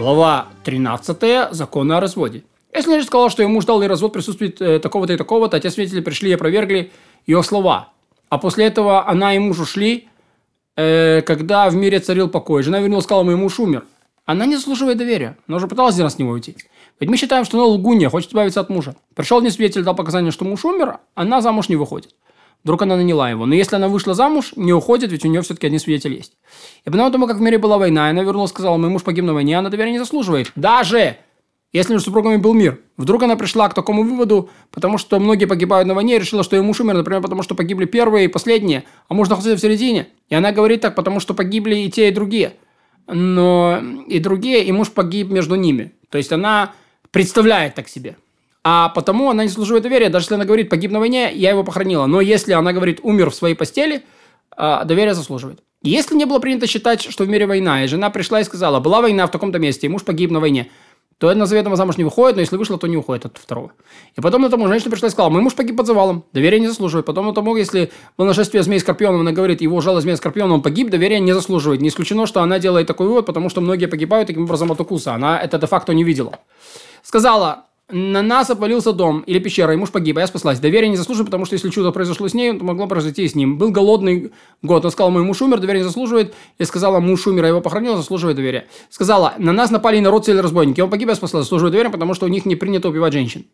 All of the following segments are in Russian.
Глава 13. Законы о разводе. Если женщина сказала, что ее муж дал ей развод в присутствии такого-то и такого-то, а те свидетели пришли и опровергли ее слова. А после этого она и муж ушли, когда в мире царил покой. Жена вернулась, сказала, мой муж умер. Она не заслуживает доверия. Она уже пыталась один раз с него уйти. Ведь мы считаем, что она лгунья, хочет избавиться от мужа. Пришел один свидетель, дал показания, что муж умер, она замуж не выходит. Вдруг она наняла его. Но если она вышла замуж, не уходит, ведь у нее все-таки один свидетель есть. И потому, как в мире была война, и она вернулась, сказала, мой муж погиб на войне, она доверия не заслуживает. Даже если между супругами был мир. Вдруг она пришла к такому выводу, потому что многие погибают на войне, и решила, что ее муж умер, например, потому что погибли первые и последние, а муж находится в середине. И она говорит так, потому что погибли и те, и другие. Но и другие, и муж погиб между ними. То есть она представляет так себе. А потому она не заслуживает доверия, даже если она говорит, погиб на войне, я его похоронила. Но если она говорит, умер в своей постели, доверие заслуживает. Если не было принято считать, что в мире война, и жена пришла и сказала, была война в таком-то месте, и муж погиб на войне, то она заведомо замуж не выходит, но если вышла, то не уходит от второго. И потом тому женщина пришла и сказала, мой муж погиб под завалом, доверие не заслуживает. Потом тому, если было нашествие змей скорпионом, она говорит, его ужала змея скорпиона, он погиб, доверие не заслуживает. Не исключено, что она делает такой вывод, потому что многие погибают таким образом от укуса. Она это де-факто не видела. Сказала, на нас обвалился дом или пещера, и муж погиб, а я спаслась. Доверие не заслуживает, потому что если чудо произошло с ней, то могло произойти и с ним. Был голодный год. Он сказал, мой муж умер, доверие не заслуживает. И сказала, муж умер, а его похоронил, заслуживает доверия. Сказала, на нас напали народцы или разбойники. Он погиб, я спаслась, заслуживает доверия, потому что у них не принято убивать женщин.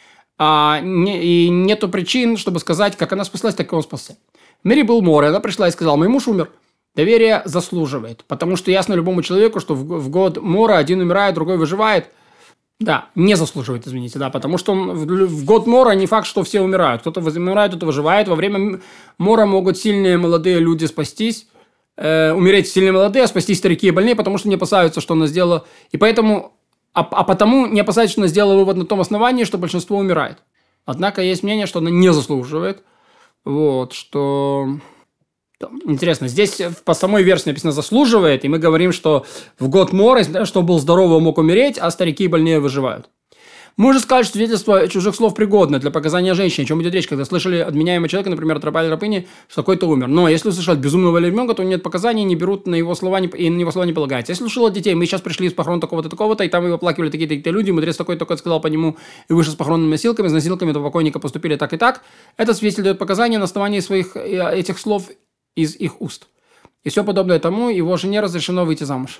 И нету причин, чтобы сказать, как она спаслась, так и он спасся. В мире был море, она пришла и сказала, мой муж умер. Доверие заслуживает, потому что ясно любому человеку, что в год мора один умирает, другой выживает. Да, не заслуживает, извините, да, потому что он в год мора не факт, что все умирают. Кто-то умирает, кто-то выживает. Во время мора могут сильные молодые люди спастись, умереть сильные молодые, а спастись старики и больные, потому что не опасаются, что она сделала. И поэтому, потому не опасаются, что она сделала вывод на том основании, что большинство умирает. Однако есть мнение, что она не заслуживает. Вот, что... Интересно, здесь по самой версии написано «заслуживает», и мы говорим, что в год мора, что был здоровый, мог умереть, а старики и больные выживают. Мы уже сказали, что свидетельство чужих слов пригодно для показания женщине, о чем идет речь, когда слышали от меняемого человека, например, от раба или рабыни, что какой-то умер. Но если услышал от безумного или ребенка, то нет показаний, не берут на его слова, и на него слова не полагается. Если услышал от детей, мы сейчас пришли из похорон такого-то, такого-то, и там его оплакивали такие-то люди, мудрец такой-то сказал по нему, и вышел с похоронными носилками, с носилками до покойника поступили так и так, этот свидетель дает показания на основании своих этих слов из их уст. И все подобное тому, его жене разрешено выйти замуж.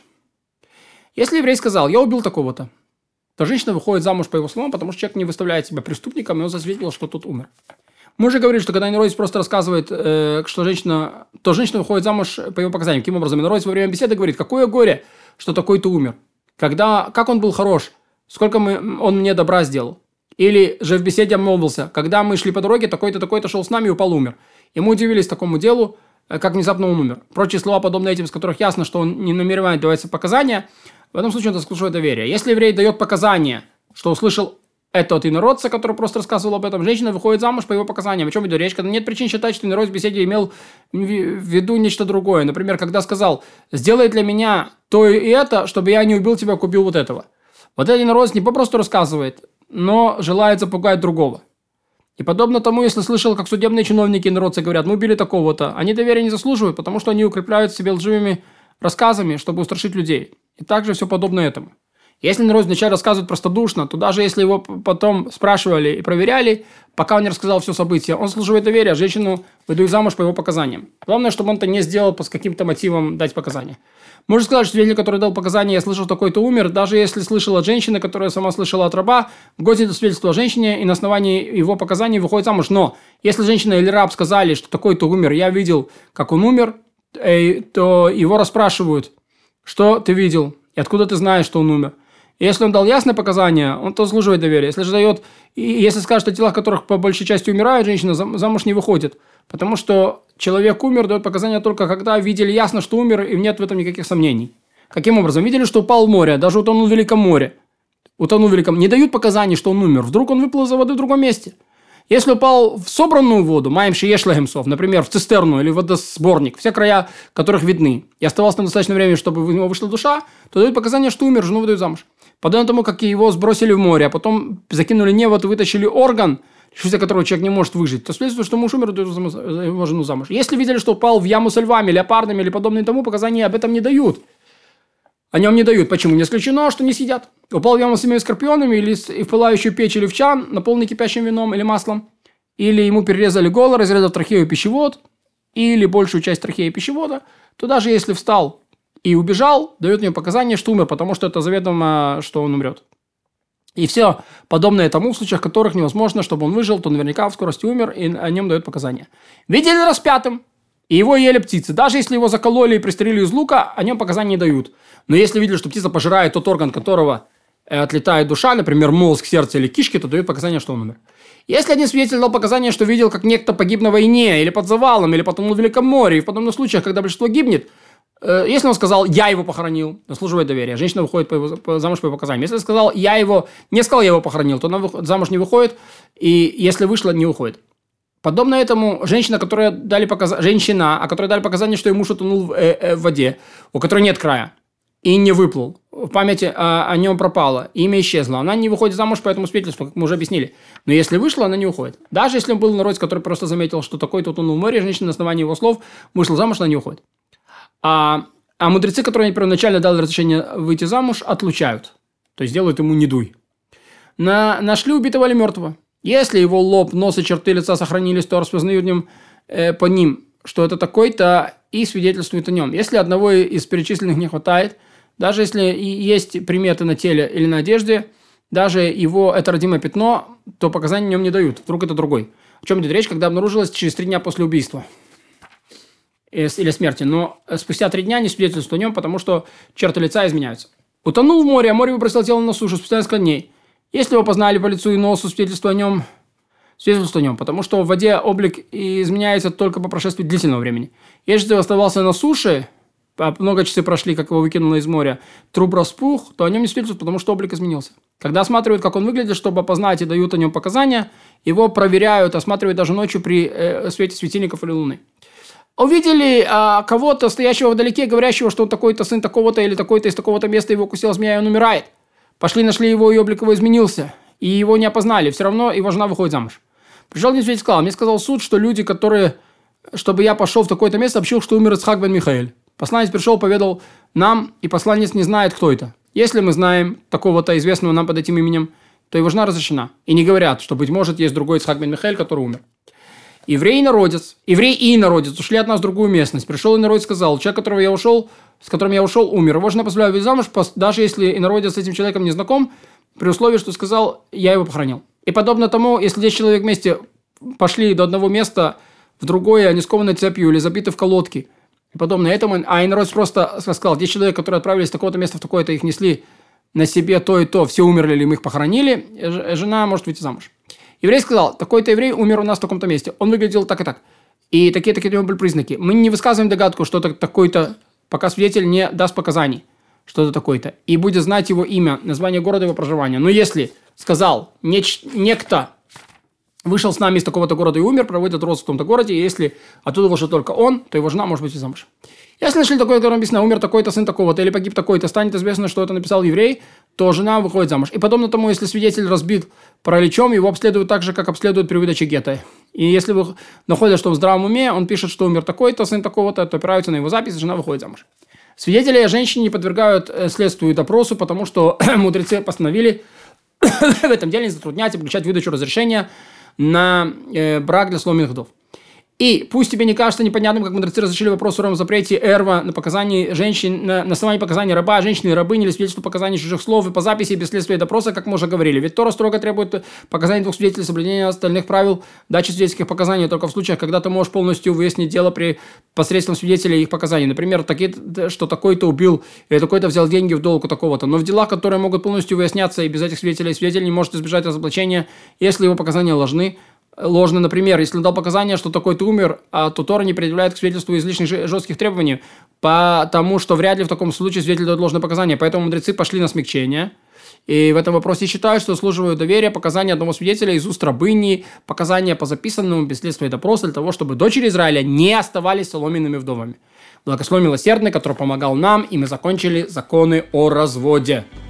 Если еврей сказал, я убил такого-то, то женщина выходит замуж по его словам, потому что человек не выставляет себя преступником, и он засвидетельствовал, что тот умер. Мы уже говорили, что когда Инородец просто рассказывает, что женщина выходит замуж по его показаниям. Каким образом? Инородец во время беседы говорит, какое горе, что такой-то умер. Как он был хорош, сколько он мне добра сделал. Или же в беседе обмолвился, когда мы шли по дороге, такой-то, такой-то шел с нами и упал, умер. И мы удивились такому делу, как внезапно он умер. Прочие слова, подобные этим, с которых ясно, что он не намеревает давать показания, в этом случае он заслуживает доверия. Если еврей дает показания, что услышал это от инородца, который просто рассказывал об этом, женщина выходит замуж по его показаниям. О чем идет речь? Когда нет причин считать, что инородец в беседе имел в виду нечто другое. Например, когда сказал, сделай для меня то и это, чтобы я не убил тебя, купил вот этого. Вот этот инородец не попросту рассказывает, но желает запугать другого. И подобно тому, если слышал, как судебные чиновники инородцы говорят, мы убили такого-то, они доверия не заслуживают, потому что они укрепляют в себе лживыми рассказами, чтобы устрашить людей. И также все подобно этому. Если инородец вначале рассказывает простодушно, то даже если его потом спрашивали и проверяли, пока он не рассказал все события, он заслуживает доверия, женщину выдают замуж по его показаниям. Главное, чтобы он это не сделал с каким-то мотивом дать показания. Можно сказать, что свидетель, который дал показания, я слышал, такой-то умер, даже если слышал от женщины, которая сама слышала от раба, вгодит свидетельство о женщине, и на основании его показаний выходит замуж. Но если женщина или раб сказали, что такой-то умер, я видел, как он умер, то его расспрашивают, что ты видел, и откуда ты знаешь, что он умер. И если он дал ясные показания, он то заслуживает доверия. Если скажет о телах, которых по большей части умирают, женщина замуж не выходит. Потому что человек умер, дает показания только когда видели ясно, что умер, и нет в этом никаких сомнений. Каким образом? Видели, что упал в море, даже утонул в Великом море. Не дают показаний, что он умер. Вдруг он выплыл из воды в другом месте. Если упал в собранную воду, маем шиеш лехемсов, например, в цистерну или в водосборник, все края которых видны, и оставалось там достаточно времени, чтобы у него вышла душа, то дают показания, что умер, жену выдают замуж. Подобно тому, как его сбросили в море, а потом закинули невод и вытащили орган, из-за которого человек не может выжить, то свидетельствует, что муж умер, дают его жену замуж. Если видели, что упал в яму со львами, леопардами или подобное тому, показания об этом не дают. о нем не дают. Почему? Не исключено, что не съедят. Упал в яму с семью скорпионами или в пылающую печь или в чан, наполненный кипящим вином или маслом, или ему перерезали горло, разрезав трахею и пищевод, или большую часть трахеи и пищевода, то даже если встал и убежал, дают ему показания, что умер, потому что это заведомо, что он умрет. И все подобное тому, в случаях которых невозможно, чтобы он выжил, то наверняка в скорости умер, и о нем дают показания. Видели распятым, и его ели птицы. Даже если его закололи и пристрелили из лука, о нем показания не дают. Но если видели, что птица пожирает тот орган, которого отлетает душа, например, мозг, сердце или кишки, то дают показания, что он умер. Если один свидетель дал показания, что видел, как некто погиб на войне, или под завалом, или потонул в Великом море, и в подобных случаях, когда большинство гибнет, если он сказал, я его похоронил, заслуживает доверия, женщина выходит замуж по его показаниям. Если сказал, я его похоронил, то она замуж не выходит, и если вышла, не выходит. Подобно этому женщина, о которой дали показания, что ее муж утонул в воде, у которой нет края, и не выплыл, в памяти о нем пропало, имя исчезло, она не выходит замуж по этому свидетельству, как мы уже объяснили. Но если вышла, она не уходит. Даже если он был народец, который просто заметил, что такой-то утонул в море, женщина на основании его слов вышла замуж, она не уходит. А мудрецы, которые первоначально дали разрешение выйти замуж, отлучают. То есть делают ему не дуй. Нашли убитого или мертвого. Если его лоб, нос и черты лица сохранились, то распознают по ним, что это такой-то, и свидетельствуют о нем. Если одного из перечисленных не хватает, даже если есть приметы на теле или на одежде, даже это родимое пятно, то показания о нем не дают. Вдруг это другой. О чем идет речь, когда обнаружилось через 3 дня после убийства или смерти. Но спустя 3 дня не свидетельствуют о нем, потому что черты лица изменяются. Утонул в море, а море выбросило тело на сушу спустя несколько дней. Если его познали по лицу и носу, свидетельство о нем, потому что в воде облик изменяется только по прошествии длительного времени. Если он оставался на суше, много часов прошли, как его выкинуло из моря, труп распух, то о нем не свидетельствуют, потому что облик изменился. Когда осматривают, как он выглядит, чтобы опознать и дают о нем показания, его проверяют, осматривают даже ночью при свете светильников или луны. Увидели кого-то, стоящего вдалеке, говорящего, что он такой-то сын такого-то или такой-то из такого-то места, его укусила змея, и он умирает. Пошли, нашли его, и облик его изменился, и его не опознали. Все равно его жена выходит замуж. Пришел один свидетель и сказал, мне сказал суд, что люди, чтобы я пошел в такое-то место, сообщил, что умер Ицхак бен Михаэль. Посланец пришел, поведал нам, и посланец не знает, кто это. Если мы знаем такого-то известного нам под этим именем, то его жена разрешена. И не говорят, что, быть может, есть другой Ицхак бен Михаэль, который умер. Еврей и народец ушли от нас в другую местность. Пришел инородец и сказал, человек, с которым я ушел, умер. Его жена позволяет выйти замуж, даже если инородец с этим человеком не знаком, при условии, что сказал, я его похоронил. И подобно тому, если 10 человек вместе пошли до одного места в другое, они скованы цепью или забиты в колодки, и подобно этому, а инородец просто сказал, 10 человек, которые отправились с такого-то места в такое-то, их несли на себе то и то, все умерли или мы их похоронили, жена может выйти замуж. Еврей сказал, такой-то еврей умер у нас в таком-то месте. Он выглядел так и так. И такие-такие у него были признаки. Мы не высказываем догадку, что это такой-то, пока свидетель не даст показаний, что это такой-то. И будет знать его имя, название города, его проживания. Но если сказал, некто вышел с нами из такого-то города и умер, проводит рост в том-то городе, и если оттуда вышел только он, то его жена может выйти замуж. Если нашли такое, которое написано, умер такой-то, сын такого-то, или погиб такой-то, станет известно, что это написал еврей, то жена выходит замуж. И подобно тому, если свидетель разбит параличом, его обследуют так же, как обследуют при выдаче гетто. И если вы находят, что он в здравом уме, он пишет, что умер такой-то, сын такого-то, то опираются на его запись, и жена выходит замуж. Свидетели о женщине не подвергают следствию и допросу, потому что мудрецы постановили в этом деле не затруднять и включать выдачу разрешения на брак для сломленных вдов. И пусть тебе не кажется непонятным, как мудрецы разрешили вопрос о суровом запрете эрва на показании женщин, на основании показаний раба, женщины и рабыни или свидетельства показаний чужих слов и по записи без следствия и допроса, как мы уже говорили. Ведь Тора строго требует показаний 2 свидетелей, соблюдения остальных правил, дачи свидетельских показаний только в случаях, когда ты можешь полностью выяснить дело посредством свидетелей и их показаний. Например, что такой-то убил или такой-то взял деньги в долг у такого-то. Но в делах, которые могут полностью выясняться и без этих свидетелей, свидетель не может избежать разоблачения, если его показания ложно, например, если он дал показания, что такой-то умер, то Тора не предъявляет к свидетельству излишних жестких требований, потому что вряд ли в таком случае свидетель дает ложное показание. Поэтому мудрецы пошли на смягчение. И в этом вопросе считают, что заслуживают доверия показания одного свидетеля из уст рабыни, показания по записанному без следствия и допроса для того, чтобы дочери Израиля не оставались соломенными вдовами. Благословен милосердный, который помогал нам, и мы закончили законы о разводе.